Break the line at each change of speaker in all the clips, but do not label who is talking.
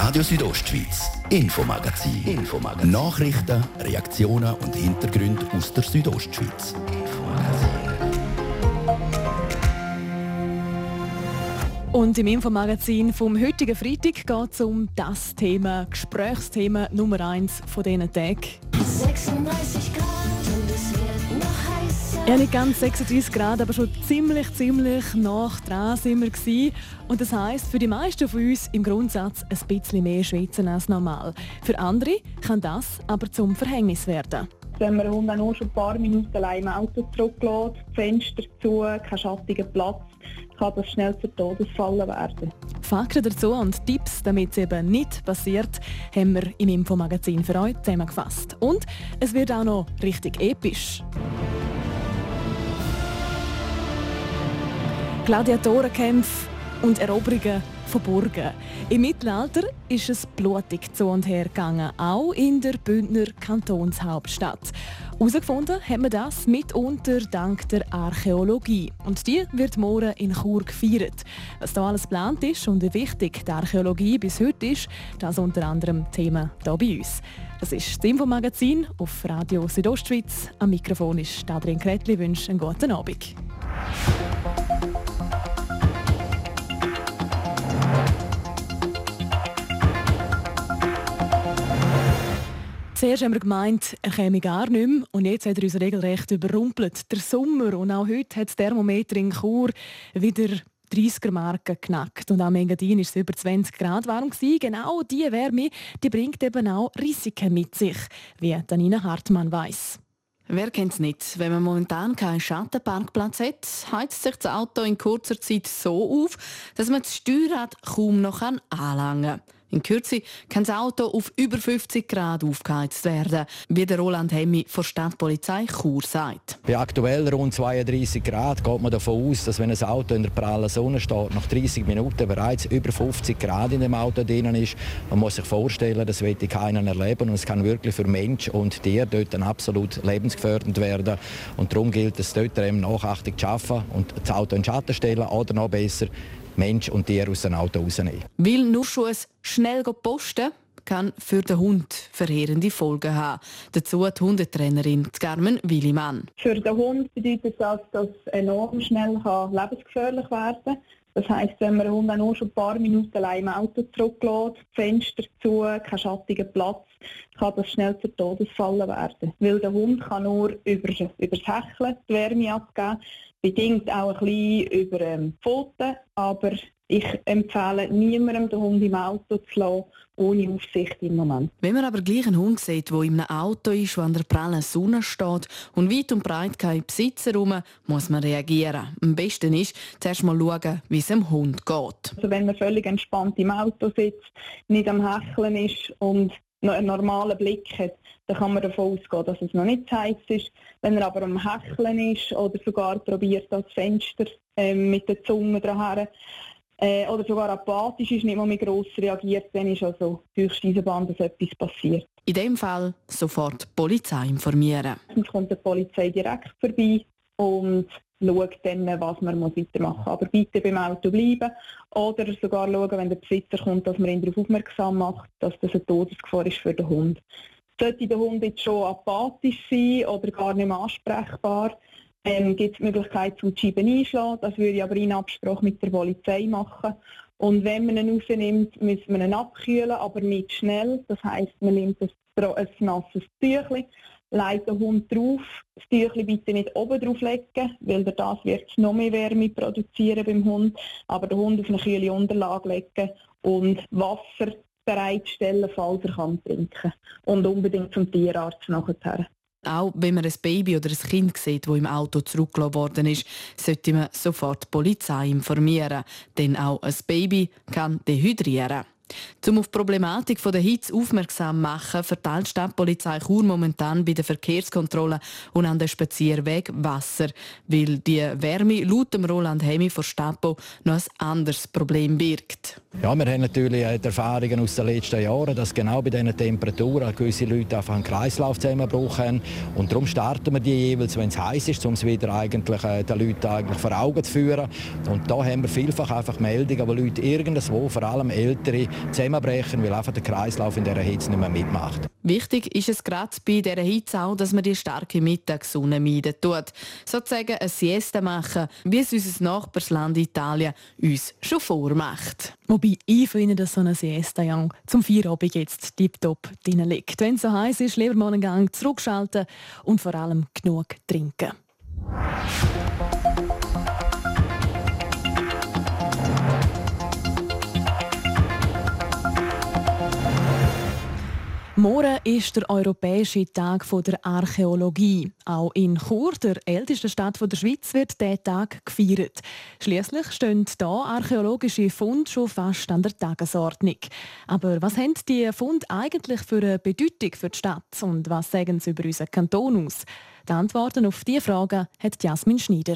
Radio Südostschweiz, Infomagazin. Nachrichten, Reaktionen und Hintergründe aus der Südostschweiz.
Und im Infomagazin vom heutigen Freitag geht es um das Thema, Gesprächsthema Nummer 1 von diesen Tagen.
36 Grad und es wird noch heißer.
Ja, nicht ganz 36 Grad, aber schon ziemlich nah dran sind wir gewesen. Und das heisst, für die meisten von uns im Grundsatz ein bisschen mehr schwitzen als normal. Für andere kann das aber zum Verhängnis werden.
Wenn man den Hund auch nur schon ein paar Minuten allein im Auto zurücklässt, Fenster zu, kein schattiger Platz, kann das schnell zur Todesfalle werden.
Fakten dazu und Tipps, damit es eben nicht passiert, haben wir im Infomagazin für euch zusammengefasst. Und es wird auch noch richtig episch. Gladiatorenkämpfe und Eroberungen von Burgen. Im Mittelalter ist es blutig zu und her gegangen, auch in der Bündner Kantonshauptstadt. Herausgefunden hat man das mitunter dank der Archäologie. Und die wird morgen in Chur gefeiert. Was da alles geplant ist und wie wichtig die Archäologie bis heute ist, das unter anderem Thema hier bei uns. Das ist das Infomagazin auf Radio Südostschweiz. Am Mikrofon ist Adrian Kretli. Ich wünsche einen guten Abend. Zuerst haben wir gemeint, er käme gar nicht mehr. Und jetzt hat er uns regelrecht überrumpelt. Der Sommer und auch heute hat das Thermometer in Chur wieder 30er-Marken geknackt. Und am Engadin war es über 20 Grad warm. Genau diese Wärme die bringt eben auch Risiken mit sich, wie Danina Hartmann weiss.
Wer kennt es nicht? Wenn man momentan keinen Schattenparkplatz hat, heizt sich das Auto in kurzer Zeit so auf, dass man das Steuerrad kaum noch anlangen kann. In Kürze kann das Auto auf über 50 Grad aufgeheizt werden, wie der Roland Hemmi von Stadtpolizei Chur sagt.
Bei aktuell rund 32 Grad geht man davon aus, dass wenn ein Auto in der prallen Sonne steht, nach 30 Minuten bereits über 50 Grad in dem Auto drin ist. Man muss sich vorstellen, das will keiner erleben und es kann wirklich für Mensch und Tier dort absolut lebensgefährdend werden. Und darum gilt es dort nachhaltig zu arbeiten und das Auto in den Schatten stellen oder noch besser Mensch und Tier aus dem Auto rausnehmen.
Weil nur schon schnell posten kann für den Hund verheerende Folgen haben. Dazu die Hundetrainerin Carmen Willimann.
Für den Hund bedeutet das, dass es enorm schnell lebensgefährlich werden kann. Das heisst, wenn man den Hund auch nur schon ein paar Minuten allein im Auto zurücklässt, Fenster zu, kein schattiger Platz, kann das schnell zur Todesfalle werden. Weil der Hund kann nur über das Hecheln die Wärme abgeben, bedingt auch ein bisschen über Pfoten, aber ich empfehle niemandem, den Hund im Auto zu lassen, ohne Aufsicht im Moment.
Wenn man aber gleich einen Hund sieht, der in einem Auto ist, der an der prallen Sonne steht und weit und breit kein Besitzer herum, muss man reagieren. Am besten ist, zuerst mal schauen, wie es dem Hund geht.
Also wenn man völlig entspannt im Auto sitzt, nicht am Hecheln ist und noch einen normalen Blick hat, dann kann man davon ausgehen, dass es noch nicht zu heiß ist. Wenn er aber am Hecheln ist oder sogar probiert, das Fenster mit der Zunge dran oder sogar apathisch ist, nicht mal mehr gross reagiert, dann ist also höchste Eisenbahn, dass etwas passiert.
In diesem Fall sofort die Polizei informieren.
Sonst kommt die Polizei direkt vorbei und schaut dann, was man weitermachen muss. Aber bitte beim Auto bleiben oder sogar schauen, wenn der Besitzer kommt, dass man ihn darauf aufmerksam macht, dass das eine Todesgefahr ist für den Hund. Sollte der Hund jetzt schon apathisch sein oder gar nicht mehr ansprechbar, gibt es die Möglichkeit zum Schieben einschlagen. Das würde ich aber in Absprache mit der Polizei machen. Und wenn man ihn rausnimmt, müssen wir ihn abkühlen, aber nicht schnell. Das heisst, man nimmt ein nasses Tüchlein, legt den Hund drauf. Das Tüchlein bitte nicht oben drauf legen, weil das wird noch mehr Wärme produzieren beim Hund. Aber den Hund auf eine kühle Unterlage legen und Wasser bereitstellen, falls er trinken kann. Und unbedingt zum Tierarzt nachher.
Auch wenn man ein Baby oder ein Kind sieht, das im Auto zurückgelassen worden ist, sollte man sofort die Polizei informieren. Denn auch ein Baby kann dehydrieren. Um auf die Problematik der Hitze aufmerksam zu machen, verteilt die Stadtpolizei Chur momentan bei der Verkehrskontrolle und an den Spazierwegen Wasser, weil die Wärme laut dem Roland Hemmi von Stapo noch ein anderes Problem birgt.
Ja, wir haben natürlich die Erfahrungen aus den letzten Jahren, dass genau bei diesen Temperaturen gewisse Leute einfach einen Kreislaufzusammenbruch haben. Und darum starten wir die jeweils, wenn es heiß ist, um es wieder eigentlich, den Leuten vor Augen zu führen. Und da haben wir vielfach einfach Meldungen, wo Leute irgendwo, vor allem Ältere, zusammenbrechen, weil einfach der Kreislauf in dieser Hitze nicht mehr mitmacht.
Wichtig ist es gerade bei dieser Hitze auch, dass man die starke Mittagssonne meiden tut. Sozusagen eine Siesta machen, wie es unser Nachbarsland Italien uns schon vormacht.
Wobei ich finde, dass so eine Siesta ja zum Feierabend jetzt tiptop drin liegt. Wenn es so heiß ist, lieber mal einen Gang zurückschalten und vor allem genug trinken. Morgen ist der Europäische Tag der Archäologie. Auch in Chur, der ältesten Stadt der Schweiz, wird dieser Tag gefeiert. Schliesslich stehen hier archäologische Funde schon fast an der Tagesordnung. Aber was haben die Funde eigentlich für eine Bedeutung für die Stadt und was sagen sie über unseren Kanton aus? Die Antworten auf diese Fragen hat Jasmin Schneider.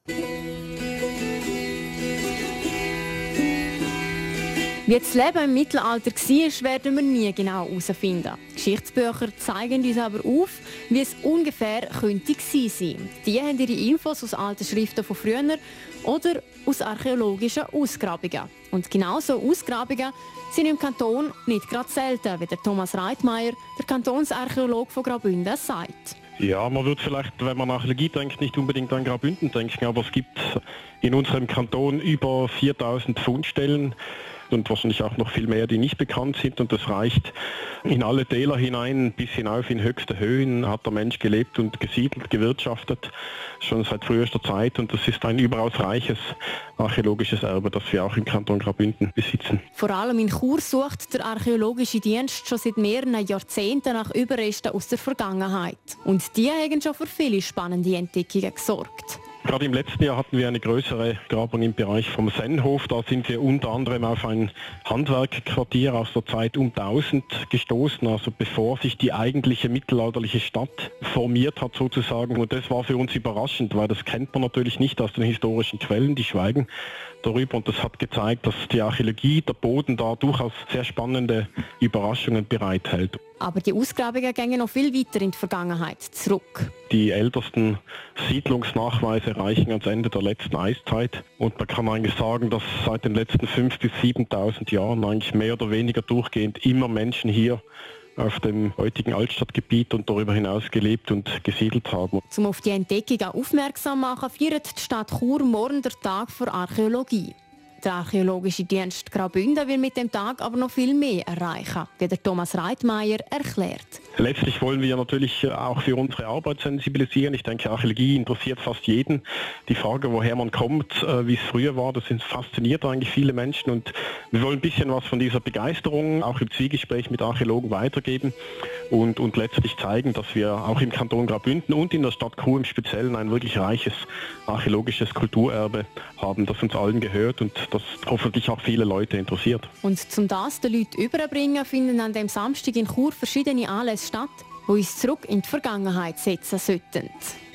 Wie das Leben im Mittelalter war, werden wir nie genau herausfinden. Geschichtsbücher zeigen uns aber auf, wie es ungefähr könnte gewesen sein. Die haben ihre Infos aus alten Schriften von früher oder aus archäologischen Ausgrabungen. Und genau so Ausgrabungen sind im Kanton nicht gerade selten, wie der Thomas Reitmeier, der Kantonsarchäolog von Graubünden, sagt.
Ja, man wird vielleicht, wenn man an Archäologie denkt, nicht unbedingt an Graubünden denken, aber es gibt in unserem Kanton über 4000 Fundstellen und wahrscheinlich auch noch viel mehr, die nicht bekannt sind, und das reicht in alle Täler hinein, bis hinauf in höchste Höhen hat der Mensch gelebt und gesiedelt, gewirtschaftet, schon seit frühester Zeit, und das ist ein überaus reiches archäologisches Erbe, das wir auch im Kanton Graubünden besitzen.
Vor allem in Chur sucht der archäologische Dienst schon seit mehreren Jahrzehnten nach Überresten aus der Vergangenheit. Und die haben schon für viele spannende Entdeckungen gesorgt.
Gerade im letzten Jahr hatten wir eine größere Grabung im Bereich vom Sennhof. Da sind wir unter anderem auf ein Handwerkerquartier aus der Zeit um 1000 gestoßen, also bevor sich die eigentliche mittelalterliche Stadt formiert hat sozusagen. Und das war für uns überraschend, weil das kennt man natürlich nicht aus den historischen Quellen, die schweigen darüber. Und das hat gezeigt, dass die Archäologie, der Boden da durchaus sehr spannende Überraschungen bereithält.
Aber die Ausgrabungen gehen noch viel weiter in die Vergangenheit zurück.
Die ältesten Siedlungsnachweise reichen ans Ende der letzten Eiszeit. Und man kann eigentlich sagen, dass seit den letzten 5.000 bis 7.000 Jahren eigentlich mehr oder weniger durchgehend immer Menschen hier auf dem heutigen Altstadtgebiet und darüber hinaus gelebt und gesiedelt haben.
Um auf die Entdeckungen aufmerksam zu machen, feiert die Stadt Chur morgen den Tag für Archäologie. Der Archäologische Dienst Graubünden will mit dem Tag aber noch viel mehr erreichen, wie der Thomas Reitmeier erklärt.
Letztlich wollen wir natürlich auch für unsere Arbeit sensibilisieren. Ich denke, Archäologie interessiert fast jeden. Die Frage, woher man kommt, wie es früher war, das fasziniert eigentlich viele Menschen. Und wir wollen ein bisschen was von dieser Begeisterung auch im Zwiegespräch mit Archäologen weitergeben und letztlich zeigen, dass wir auch im Kanton Graubünden und in der Stadt Chur im Speziellen ein wirklich reiches archäologisches Kulturerbe haben, das uns allen gehört und das hoffentlich auch viele Leute interessiert.
Und um das den Leuten überzubringen, finden an dem Samstag in Chur verschiedene Anlässe statt, die uns zurück in die Vergangenheit setzen sollten.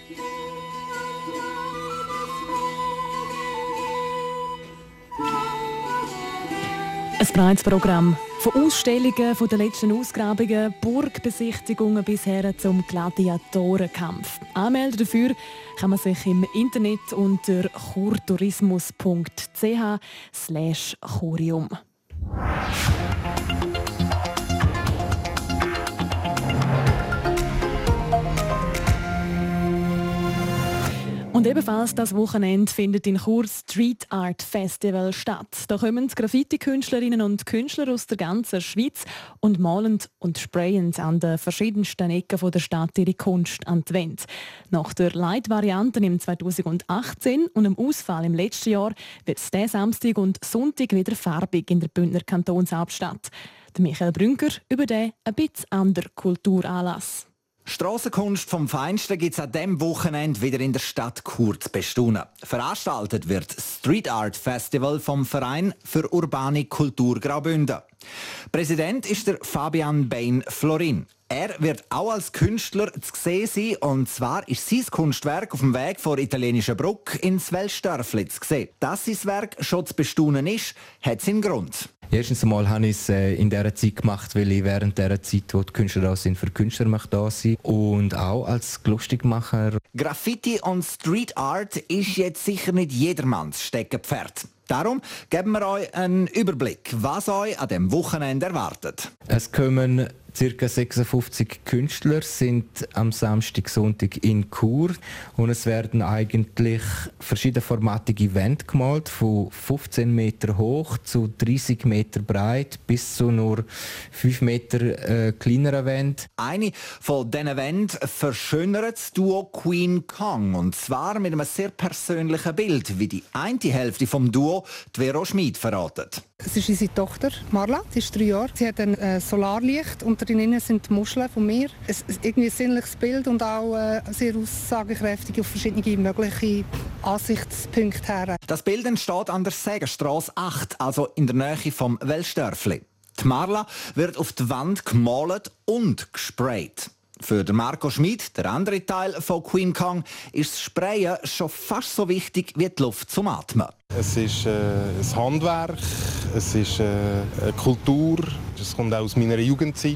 Ein breites Programm von Ausstellungen, von den letzten Ausgrabungen, Burgbesichtigungen bis her zum Gladiatorenkampf. Anmelden dafür kann man sich im Internet unter churtourismus.ch/churium. Und ebenfalls das Wochenende findet in Chur das Street Art Festival statt. Da kommen Graffiti-Künstlerinnen und Künstler aus der ganzen Schweiz und malen und sprayen an den verschiedensten Ecken der Stadt ihre Kunst an die Wände. Nach der Light-Variante im 2018 und dem Ausfall im letzten Jahr wird es diesen Samstag und Sonntag wieder farbig in der Bündner Kantonshauptstadt. Der Michael Brünker über den ein bisschen anderen Kulturanlass.
Strassenkunst vom Feinsten gibt es an diesem Wochenende wieder in der Stadt Chur zu bestaunen. Veranstaltet wird das Street Art Festival vom Verein für urbane Kultur Graubünden. Präsident ist der Fabian Bain-Florin. Er wird auch als Künstler zu sehen sein, und zwar ist sein Kunstwerk auf dem Weg vor italienischen Bruck ins Welschdörfli zu sehen. Dass sein Werk schon zu bestaunen ist, hat seinen Grund.
Erstens einmal habe ich es in dieser Zeit gemacht, weil ich während dieser Zeit, wo die Künstler da sind, für die Künstler da sein und auch als Lustigmacher.
Graffiti und Street Art ist jetzt sicher nicht jedermanns Steckenpferd. Darum geben wir euch einen Überblick, was euch an diesem Wochenende erwartet.
Es kommen ca. 56 Künstler, sind am Samstag, Sonntag in Chur und es werden eigentlich verschiedenformatige Events gemalt, von 15 Meter hoch zu 30 Meter breit bis zu nur 5 Meter kleineren Events.
Eine von diesen Events verschönert das Duo Queen Kong und zwar mit einem sehr persönlichen Bild, wie die eine Hälfte vom Duo, die Vero Schmid, verratet.
Es ist unsere Tochter Marla, sie ist 3 Jahre. Sie hat ein Solarlicht und drinnen sind die Muscheln von mir. Es ist irgendwie ein sinnliches Bild und auch sehr aussagekräftig auf verschiedene mögliche Ansichtspunkte her.
Das Bild entsteht an der Sägerstrasse 8, also in der Nähe vom Welsdörfli. Die Marla wird auf die Wand gemalt und gesprayt. Für den Marco Schmid, der andere Teil von Queen Kong, ist das Sprayen schon fast so wichtig wie die Luft zum Atmen.
Es ist ein Handwerk, es ist eine Kultur, es kommt auch aus meiner Jugendzeit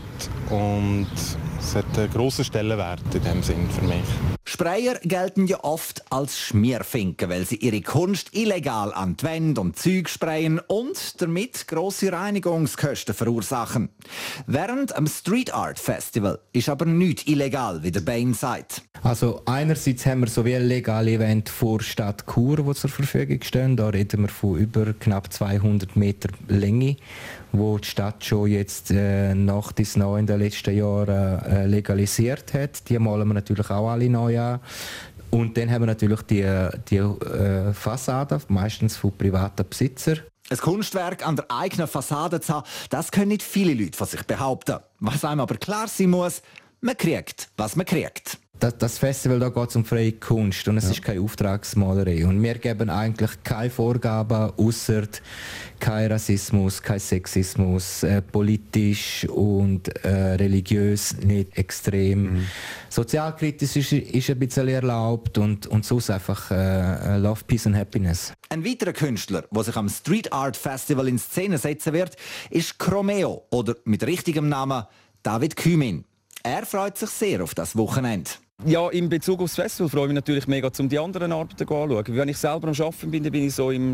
und es hat einen grossen Stellenwert in diesem Sinn für mich.
Sprayer gelten ja oft als Schmierfinken, weil sie ihre Kunst illegal an die Wände und Zeug sprayen und damit grosse Reinigungskosten verursachen. Während am Street Art Festival ist aber nichts illegal, wie der Bain sagt.
Also einerseits haben wir so wie ein legales Event vor Stadt Chur, die zur Verfügung stehen. Da reden wir von über knapp 200 Meter Länge, wo die Stadt schon jetzt nach dies neu in den letzten Jahren legalisiert hat. Die malen wir natürlich auch alle neu an. Und dann haben wir natürlich die Fassaden, meistens von privaten Besitzern.
Ein Kunstwerk an der eigenen Fassade zu haben, das können nicht viele Leute von sich behaupten. Was einem aber klar sein muss, man kriegt, was man kriegt.
Das Festival, da geht es um freie Kunst und es ist keine Auftragsmalerei. Und wir geben eigentlich keine Vorgaben, ausser kein Rassismus, kein Sexismus, politisch und religiös nicht extrem. Sozialkritisch ist ein bisschen erlaubt und sonst einfach Love, Peace and Happiness.
Ein weiterer Künstler, der sich am Street Art Festival in Szene setzen wird, ist Chromeo oder mit richtigem Namen David Kümin. Er freut sich sehr auf das Wochenende.
Ja, in Bezug auf das Festival freue ich mich natürlich mega, um die anderen Arbeiten anzuschauen. Wenn ich selber am Arbeiten bin, dann bin ich so im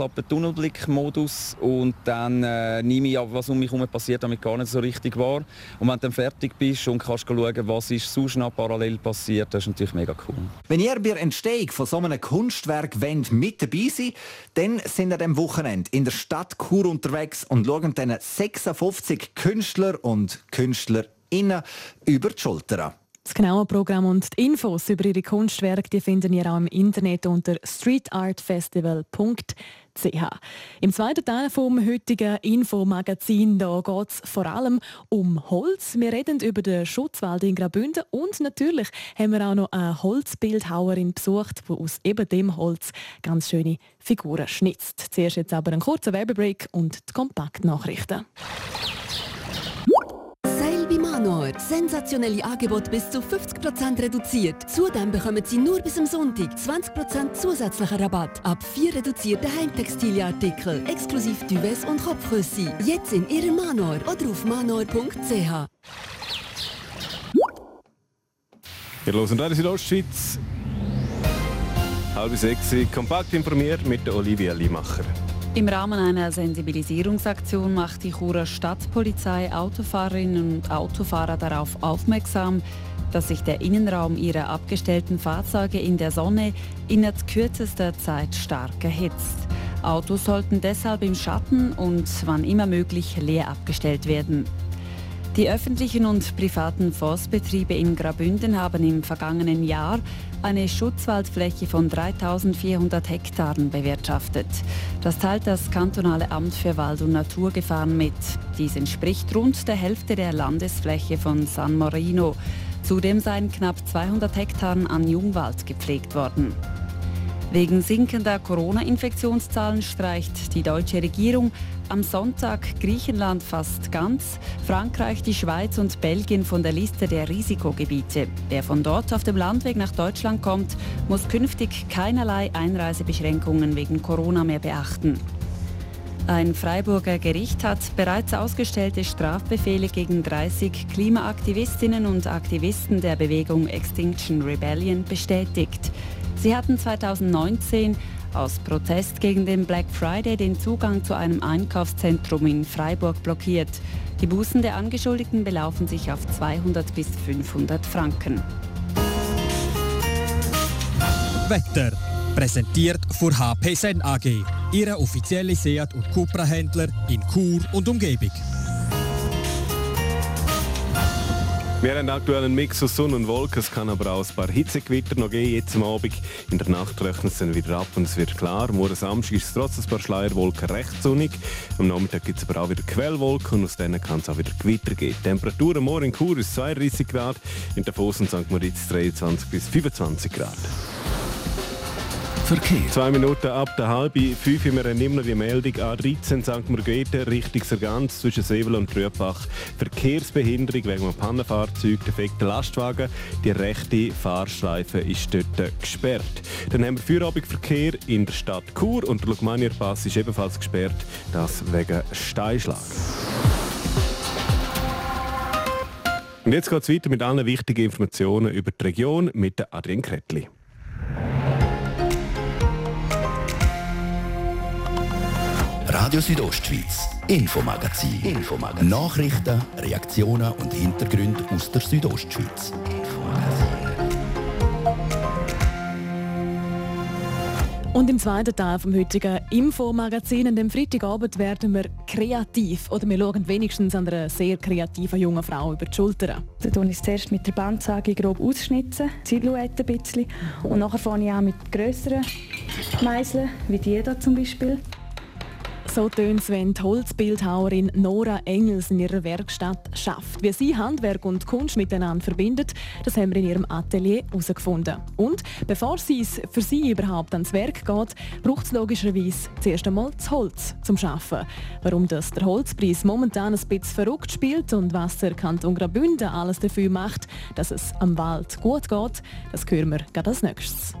Scheuklappen-Tunnelblick-Modus und dann nehme ich, was um mich herum passiert, damit gar nicht so richtig wahr. Und wenn du dann fertig bist und kannst schauen, was ist sonst noch parallel passiert, das ist natürlich mega cool.
Wenn ihr bei der Entstehung von so einem Kunstwerk mit dabei seid, dann sind ihr am Wochenende in der Stadt Chur unterwegs und schauen dann 56 Künstler und Künstlerinnen über die Schulter.
Das genaue Programm und die Infos über ihre Kunstwerke die finden ihr auch im Internet unter streetartfestival.ch. Im zweiten Teil vom heutigen Infomagazin geht es vor allem um Holz. Wir reden über den Schutzwald in Graubünden und natürlich haben wir auch noch eine Holzbildhauerin besucht, die aus eben dem Holz ganz schöne Figuren schnitzt. Zuerst jetzt aber einen kurzen Werbebreak und die Kompaktnachrichten.
Bei Manor. Sensationelle Angebote bis zu 50% reduziert. Zudem bekommen Sie nur bis am Sonntag 20% zusätzlichen Rabatt ab 4 reduzierten Heimtextilienartikeln, exklusive Duvets und Kopfküsse. Jetzt in Ihrem Manor oder auf manor.ch.
Wir hören Radio Südostschweiz. 5:30, kompakt informiert mit Olivia Limacher.
Im Rahmen einer Sensibilisierungsaktion macht die Churer Stadtpolizei Autofahrerinnen und Autofahrer darauf aufmerksam, dass sich der Innenraum ihrer abgestellten Fahrzeuge in der Sonne innerhalb kürzester Zeit stark erhitzt. Autos sollten deshalb im Schatten und wann immer möglich leer abgestellt werden. Die öffentlichen und privaten Forstbetriebe in Graubünden haben im vergangenen Jahr eine Schutzwaldfläche von 3.400 Hektaren bewirtschaftet. Das teilt das kantonale Amt für Wald- und Naturgefahren mit. Dies entspricht rund der Hälfte der Landesfläche von San Marino. Zudem seien knapp 200 Hektaren an Jungwald gepflegt worden. Wegen sinkender Corona-Infektionszahlen streicht die deutsche Regierung am Sonntag Griechenland fast ganz, Frankreich, die Schweiz und Belgien von der Liste der Risikogebiete. Wer von dort auf dem Landweg nach Deutschland kommt, muss künftig keinerlei Einreisebeschränkungen wegen Corona mehr beachten. Ein Freiburger Gericht hat bereits ausgestellte Strafbefehle gegen 30 Klimaaktivistinnen und Aktivisten der Bewegung Extinction Rebellion bestätigt. Sie hatten 2019 aus Protest gegen den Black Friday den Zugang zu einem Einkaufszentrum in Freiburg blockiert. Die Bußen der Angeschuldigten belaufen sich auf 200 bis 500 Franken.
Wetter. Präsentiert von HP Sen AG, Ihre offizielle Seat- und Cupra-Händler in Chur und Umgebung.
Wir haben aktuell einen Mix aus Sonne und Wolken, es kann aber auch ein paar Hitzegewitter noch geben, jetzt am Abend. In der Nacht trocknet es dann wieder ab und es wird klar. Morgen Samstag ist es trotz ein paar Schleierwolken recht sonnig. Am Nachmittag gibt es aber auch wieder Quellwolken und aus denen kann es auch wieder Gewitter geben. Die Temperatur morgen in Chur ist 32 Grad, in Davos und St. Moritz 23 bis 25 Grad.
Verkehr.
2 Minuten ab der halben 5 wir haben immer noch die Meldung A13 St. Margrethe Richtung Sargans zwischen Sevel und Trübach. Verkehrsbehinderung wegen einem Pannenfahrzeug, defekter Lastwagen. Die rechte Fahrstreife ist dort gesperrt. Dann haben wir Feierabendverkehr in der Stadt Chur und der Lugmanier Pass ist ebenfalls gesperrt, das wegen Steinschlag. Und jetzt geht es weiter mit allen wichtigen Informationen über die Region mit Adrian Kretli.
Radio Südostschweiz, Infomagazin. Nachrichten, Reaktionen und Hintergründe aus der Südostschweiz.
Und im zweiten Teil vom heutigen Infomagazin, an dem Freitagabend, werden wir kreativ. Oder wir schauen wenigstens an einer sehr kreativen jungen Frau über die Schultern.
Dann tue ich es zuerst mit der Bandsage grob ausschnitzen, die Silhouette ein bisschen. Und nachher fange ich an mit grösseren Meißeln, wie die hier zum Beispiel.
So tönt es, wenn die Holzbildhauerin Nora Engels in ihrer Werkstatt schafft. Wie sie Handwerk und Kunst miteinander verbindet, das haben wir in ihrem Atelier herausgefunden. Und bevor es für sie überhaupt ans Werk geht, braucht es logischerweise zuerst einmal das Holz zum Arbeiten. Warum das der Holzpreis momentan ein bisschen verrückt spielt und was der Kanton Graubünden alles dafür macht, dass es am Wald gut geht, das hören wir gerade als nächstes.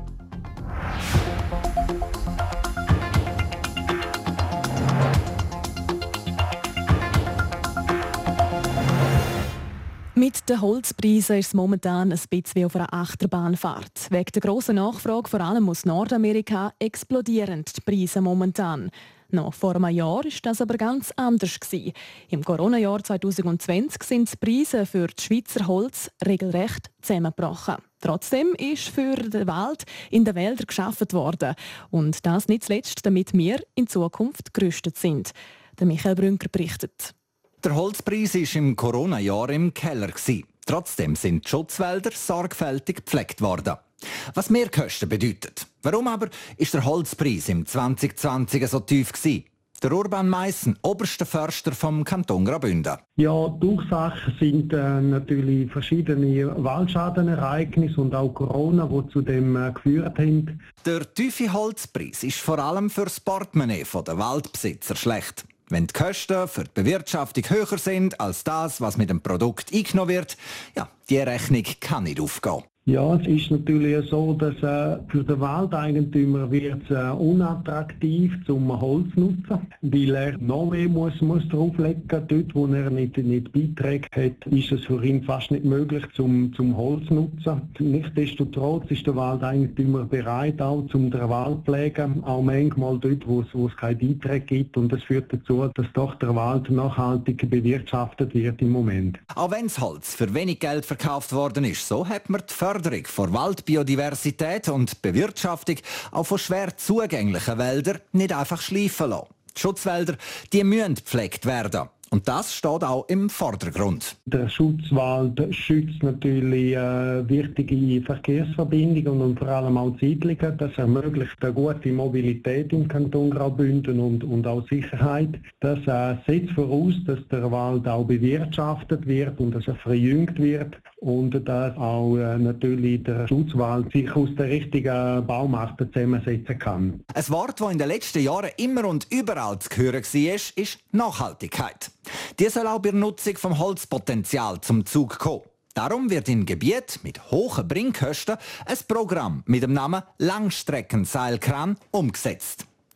Mit den Holzpreisen ist es momentan ein bisschen wie auf einer Achterbahnfahrt. Wegen der grossen Nachfrage, vor allem aus Nordamerika, explodieren die Preise momentan. Noch vor einem Jahr war das aber ganz anders. Im Corona-Jahr 2020 sind die Preise für das Schweizer Holz regelrecht zusammengebrochen. Trotzdem ist für den Wald in den Wäldern geschaffen worden. Und das nicht zuletzt, damit wir in Zukunft gerüstet sind. Der Michael Brünker berichtet.
Der Holzpreis war im Corona-Jahr im Keller. Trotzdem sind die Schutzwälder sorgfältig gepflegt worden. Was Mehrkosten bedeutet. Warum aber ist der Holzpreis im 2020 so tief gewesen? Der Urban Meissen, oberster Förster vom Kanton Graubünden.
Ja, die Ursachen sind natürlich verschiedene Waldschadenereignisse und auch Corona, die zu dem geführt haben.
Der tiefe Holzpreis ist vor allem für das Portemonnaie der Waldbesitzer schlecht. Wenn die Kosten für die Bewirtschaftung höher sind als das, was mit dem Produkt eingenommen wird, ja, die Rechnung kann nicht aufgehen.
Ja, es ist natürlich so, dass für den Waldeigentümer wird es unattraktiv zum Holz nutzen, weil er noch mehr muss drauflegen. Dort, wo er nicht Beiträge hat, ist es für ihn fast nicht möglich zum Holz nutzen. Nichtsdestotrotz ist der Waldeigentümer bereit, auch zum den Wald pflegen, auch manchmal dort, wo es keine Beiträge gibt. Und das führt dazu, dass doch der Wald nachhaltig bewirtschaftet wird im Moment.
Auch wenn das Holz für wenig Geld verkauft worden ist, so hat man die Förderung von Waldbiodiversität und Bewirtschaftung auch von schwer zugänglichen Wäldern nicht einfach schleifen lassen. Die Schutzwälder, die müssen gepflegt werden. Und das steht auch im Vordergrund.
Der Schutzwald schützt natürlich wichtige Verkehrsverbindungen und vor allem auch Siedlungen. Das ermöglicht eine gute Mobilität im Kanton Graubünden und auch Sicherheit. Das setzt voraus, dass der Wald auch bewirtschaftet wird und dass er verjüngt wird und dass auch natürlich der Schutzwald sich aus den richtigen Baumarten zusammensetzen kann.
Ein Wort, das in den letzten Jahren immer und überall zu hören war, ist Nachhaltigkeit. Die soll auch bei der Nutzung vom Holzpotenzial zum Zug kommen. Darum wird in Gebieten mit hohen Bringkosten ein Programm mit dem Namen Langstreckenseilkran umgesetzt.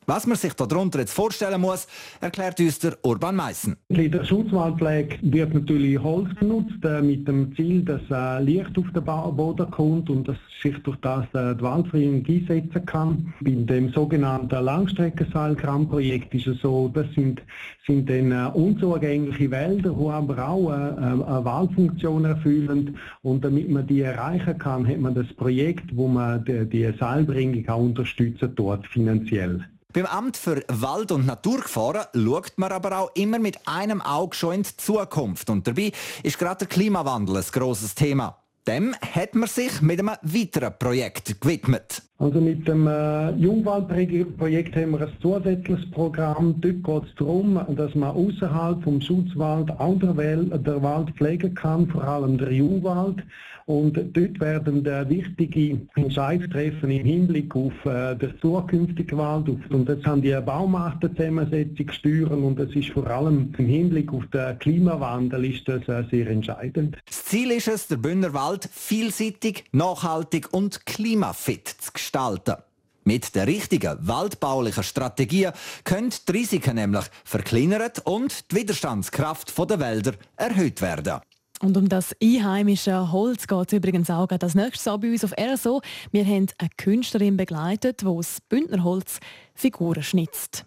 Was man sich darunter jetzt vorstellen muss, erklärt uns der Urban Meissen.
In der Schutzwaldpflege wird natürlich Holz genutzt, mit dem Ziel, dass Licht auf den Boden kommt und dass sich durch das die Waldfreiung einsetzen kann. Bei dem sogenannten Langstreckenseilkram-Projekt ist es so, das sind dann unzugängliche Wälder, die aber auch eine Waldfunktion erfüllen. Und damit man die erreichen kann, hat man das Projekt, wo man die Seilbringung auch unterstützen dort finanziell.
Beim Amt für Wald- und Naturgefahren schaut man aber auch immer mit einem Auge schon in die Zukunft. Und dabei ist gerade der Klimawandel ein grosses Thema. Dem hat man sich mit einem weiteren Projekt gewidmet.
Also mit dem Jungwaldprojekt haben wir ein zusätzliches Programm. Dort geht es darum, dass man außerhalb vom Schutzwald auch der Wald pflegen kann, vor allem der Jungwald. Und dort werden wichtige Entscheidungen treffen im Hinblick auf den zukünftigen Wald. Und jetzt haben die Baumartenzusammensetzung steuern und das ist vor allem im Hinblick auf den Klimawandel ist das sehr entscheidend.
Das Ziel ist es, den Bündner Wald vielseitig, nachhaltig und klimafit zu gestalten. Mit der richtigen waldbaulichen Strategie können die Risiken nämlich verkleinert und die Widerstandskraft der Wälder erhöht werden.
Und um das einheimische Holz geht es übrigens auch das nächste Mal bei uns auf RSO. Wir haben eine Künstlerin begleitet, die aus Bündnerholz Figuren schnitzt.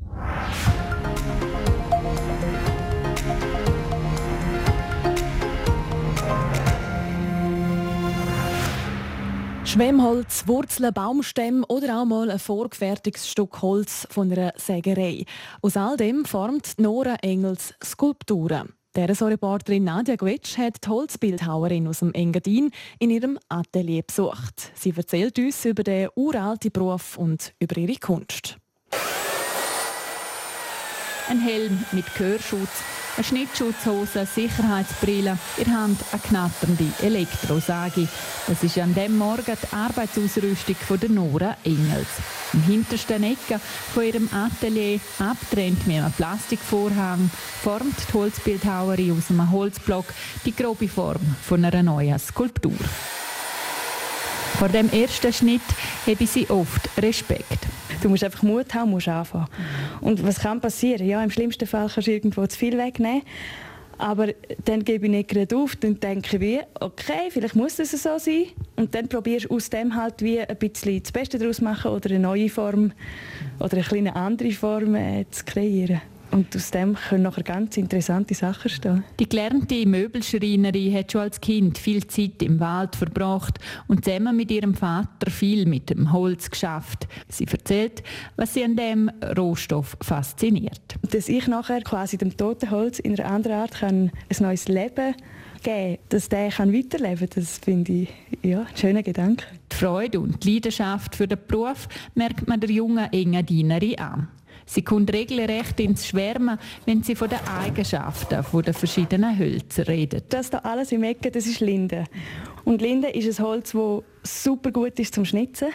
Schwemmholz, Wurzeln, Baumstämme oder auch mal ein vorgefertigtes Stück Holz von einer Sägerei. Aus all dem formt Nora Engels Skulpturen. Die RSO-Reporterin Nadia Gwetsch hat die Holzbildhauerin aus dem Engadin in ihrem Atelier besucht. Sie erzählt uns über den uralten Beruf und über ihre Kunst.
Ein Helm mit Gehörschutz, eine Schnittschutzhose, Sicherheitsbrille, in der Hand eine knatternde Elektrosage. Das ist an diesem Morgen die Arbeitsausrüstung von der Nora Engels. Im hintersten Ecke von ihrem Atelier, abgetrennt mit einem Plastikvorhang, formt die Holzbildhauerin aus einem Holzblock die grobe Form von einer neuen Skulptur. Vor dem ersten Schnitt habe sie oft Respekt.
Du musst einfach Mut haben, musst anfangen. Und was kann passieren? Ja, im schlimmsten Fall kannst du irgendwo zu viel wegnehmen. Aber dann gebe ich nicht gerade auf, dann denke ich wie, okay, vielleicht muss das so sein. Und dann probierst du aus dem halt wie ein bisschen das Beste daraus machen oder eine neue Form oder eine kleine andere Form zu kreieren. Und aus dem können nachher ganz interessante Sachen stehen.
Die gelernte Möbelschreinerin hat schon als Kind viel Zeit im Wald verbracht und zusammen mit ihrem Vater viel mit dem Holz geschafft. Sie erzählt, was sie an dem Rohstoff fasziniert.
Dass ich nachher quasi dem toten Holz in einer anderen Art ein neues Leben geben, dass der weiterleben kann, das finde ich ein schöner Gedanke.
Die Freude und die Leidenschaft für den Beruf merkt man der jungen Engadinerin an. Sie kommt regelrecht ins Schwärmen, wenn sie von den Eigenschaften der verschiedenen Hölzer redet.
Das hier alles im Ecken, das ist Linde. Und Linde ist ein Holz, das super gut ist zum Schnitzen,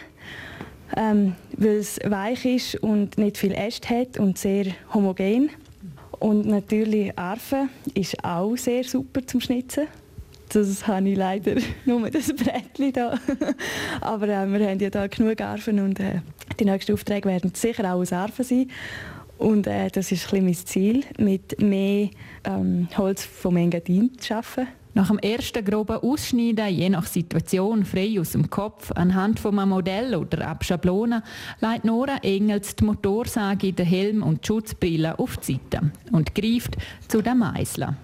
weil es weich ist und nicht viel Äste hat und sehr homogen. Und natürlich Arfen ist auch sehr super zum Schnitzen. Das habe ich leider nur das Brettchen hier. Aber wir haben ja hier genug Arfen und die nächsten Aufträge werden sicher auch aus Arfen sein. Und das ist ein bisschen mein Ziel, mit mehr Holz vom Engadin zu arbeiten.
Nach dem ersten groben Ausschneiden, je nach Situation frei aus dem Kopf, anhand von einem Modell oder ab Schablonen, legt Nora Engels die Motorsage, den Helm und die Schutzbrille auf die Seite und greift zu den Meißeln.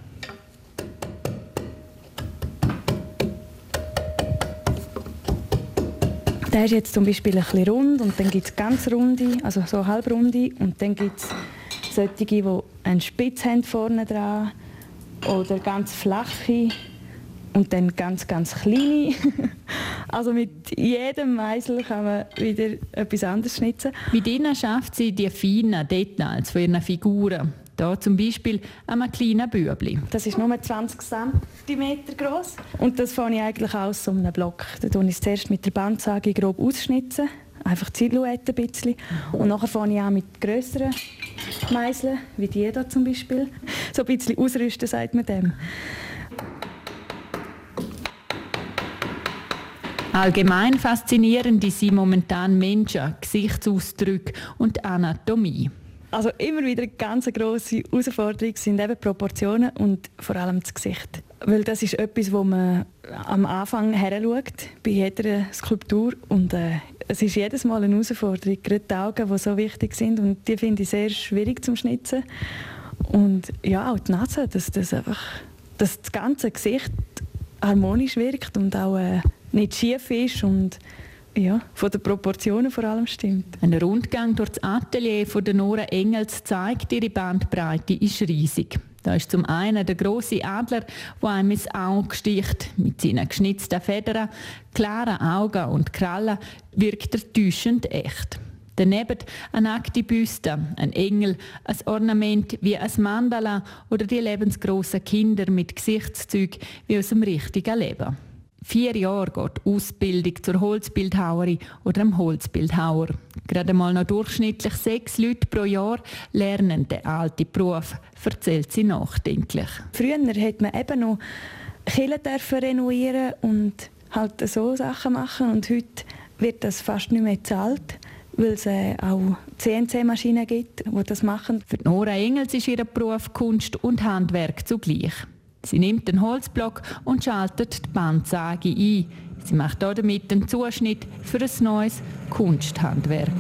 Der ist jetzt zum Beispiel ein bisschen rund und dann gibt es ganz runde, also so halbrunde und dann gibt es solche, die einen Spitz haben vorne dran oder ganz flache und dann ganz, ganz kleine. Also mit jedem Meißel kann man wieder etwas anderes schnitzen.
Mit ihnen schafft sie die feinen Details von ihren Figuren. Hier zum Beispiel an einem kleinen Bübli.
Das ist nur 20 cm groß. Und das fange ich eigentlich aus so einem Block. Da tue ich es zuerst mit der Bandsage grob ausschnitzen. Einfach die Silhouette ein bisschen. Und nachher fange ich an mit grösseren Meißeln, wie die hier zum Beispiel. So ein bisschen ausrüsten, sagt man dem.
Allgemein faszinierend sind momentan Menschen, Gesichtsausdrücke und Anatomie.
Also immer wieder eine ganz grosse Herausforderung sind eben Proportionen und vor allem das Gesicht. Weil das ist etwas, wo man am Anfang heranschaut, bei jeder Skulptur. Und es ist jedes Mal eine Herausforderung, gerade die Augen, die so wichtig sind. Und die finde ich sehr schwierig zum Schnitzen. Und ja, auch die Nase, dass das ganze Gesicht harmonisch wirkt und auch nicht schief ist und ja, von den Proportionen vor allem stimmt.
Ein Rundgang durch das Atelier von der Nora Engels zeigt, ihre Bandbreite ist riesig. Da ist zum einen der grosse Adler, der einem ins Auge sticht. Mit seinen geschnitzten Federn, klaren Augen und Krallen wirkt er täuschend echt. Daneben eine nackte Büste, ein Engel, ein Ornament wie ein Mandala oder die lebensgrossen Kinder mit Gesichtszügen wie aus dem richtigen Leben. 4 Jahre geht die Ausbildung zur Holzbildhauerin oder dem Holzbildhauer. Gerade mal noch durchschnittlich 6 Leute pro Jahr lernen den alten Beruf, erzählt sie nachdenklich.
Früher hat man eben noch Kirchen renovieren und halt so Sachen machen. Und heute wird das fast nicht mehr bezahlt, weil es auch CNC-Maschinen gibt, die das machen.
Für Nora Engels ist ihr Beruf Kunst und Handwerk zugleich. Sie nimmt den Holzblock und schaltet die Bandsage ein. Sie macht damit den Zuschnitt für ein neues Kunsthandwerk.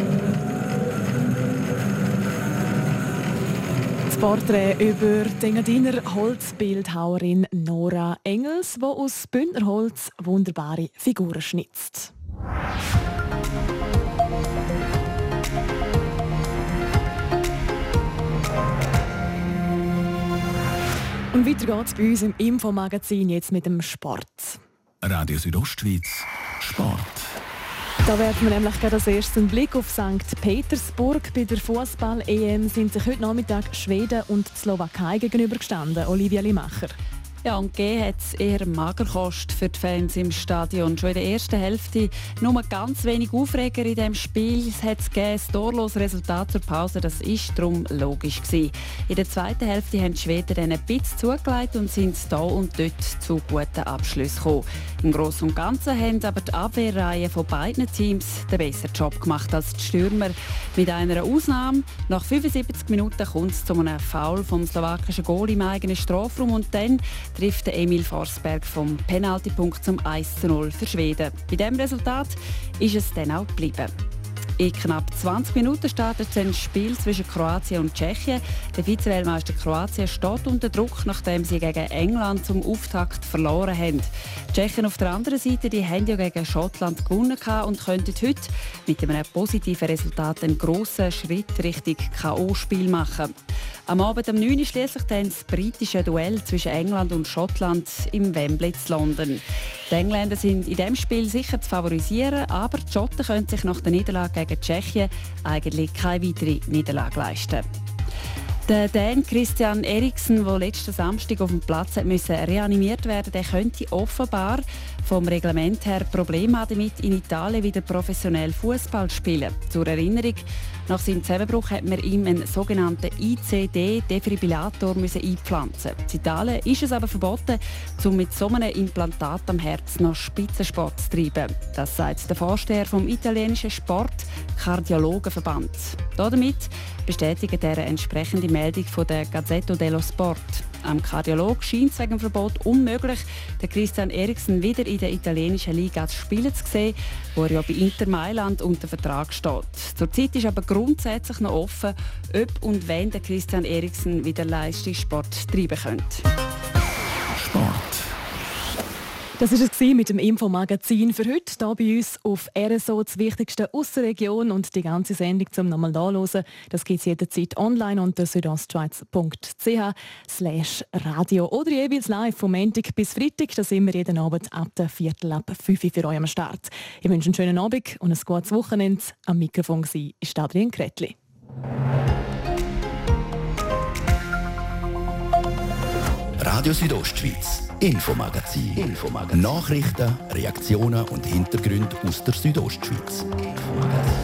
Das Porträt über die Engadiner Holzbildhauerin Nora Engels, die aus Bündnerholz wunderbare Figuren schnitzt. Und weiter geht's bei uns im Infomagazin jetzt mit dem Sport.
Radio Südostschweiz, Sport.
Da werfen wir nämlich gerade als erstes einen Blick auf St. Petersburg. Bei der Fußball-EM sind sich heute Nachmittag Schweden und die Slowakei gegenübergestanden. Olivia Limacher.
Ja, und gegeben hat es eher Magerkost für die Fans im Stadion. Schon in der ersten Hälfte nur ganz wenig Aufreger in diesem Spiel. Es hat ein torloses Resultat zur Pause, das war darum logisch gewesen. In der zweiten Hälfte haben die Schweden dann ein bisschen zugelegt und sind da und dort zu guten Abschlüssen gekommen. Im Großen und Ganzen haben aber die Abwehrreihe von beiden Teams den besseren Job gemacht als die Stürmer. Mit einer Ausnahme. Nach 75 Minuten kommt es zu einem Foul vom slowakischen Goal im eigenen Strafraum und dann trifft Emil Forsberg vom Penaltypunkt zum 1:0 für Schweden. Bei diesem Resultat ist es dann auch geblieben. In knapp 20 Minuten startet ein Spiel zwischen Kroatien und Tschechien. Der Vize-Weltmeister Kroatien steht unter Druck, nachdem sie gegen England zum Auftakt verloren haben. Die Tschechen auf der anderen Seite, die haben ja gegen Schottland gewonnen und könnten heute mit einem positiven Resultat einen grossen Schritt Richtung K.O.-Spiel machen. Am Abend um 9 Uhr schliesslich dann das britische Duell zwischen England und Schottland im Wembley zu London. Die Engländer sind in diesem Spiel sicher zu favorisieren, aber die Schotten können sich nach der Niederlage gegen Tschechien eigentlich keine weitere Niederlage leisten. Der Dan Christian Eriksen, der letzten Samstag auf dem Platz reanimiert werden musste, der könnte offenbar vom Reglement her Probleme haben damit, in Italien wieder professionell Fußball zu spielen. Zur Erinnerung, nach seinem Zusammenbruch hat man ihm einen sogenannten ICD-Defibrillator einpflanzen. In Italien ist es aber verboten, um mit so einem Implantat am Herz noch Spitzensport zu treiben. Das sagt der Vorsteher vom italienischen Sport-Kardiologenverband. Damit bestätigt er eine entsprechende Meldung von der Gazzetta dello Sport. Am Kardiolog scheint es wegen dem Verbot unmöglich, den Christian Eriksen wieder in der italienischen Liga zu spielen zu sehen, wo er ja bei Inter Mailand unter Vertrag steht. Zurzeit ist aber grundsätzlich noch offen, ob und wann der Christian Eriksen wieder Leistungssport treiben könnte.
Sport.
Das war es mit dem Infomagazin für heute. Hier bei uns auf RSO, das Wichtigste aus der Region und die ganze Sendung zum nochmal nachhören. Das gibt es jederzeit online unter südostschweiz.ch/radio oder jeweils live vom Montag bis Freitag. Da sind wir jeden Abend ab der 4:45 für euch am Start. Ich wünsche einen schönen Abend und ein gutes Wochenende. Am Mikrofon war Adrian Kretli.
Radio Südostschweiz, Infomagazin. Nachrichten, Reaktionen und Hintergründe aus der Südostschweiz. Infomagazin.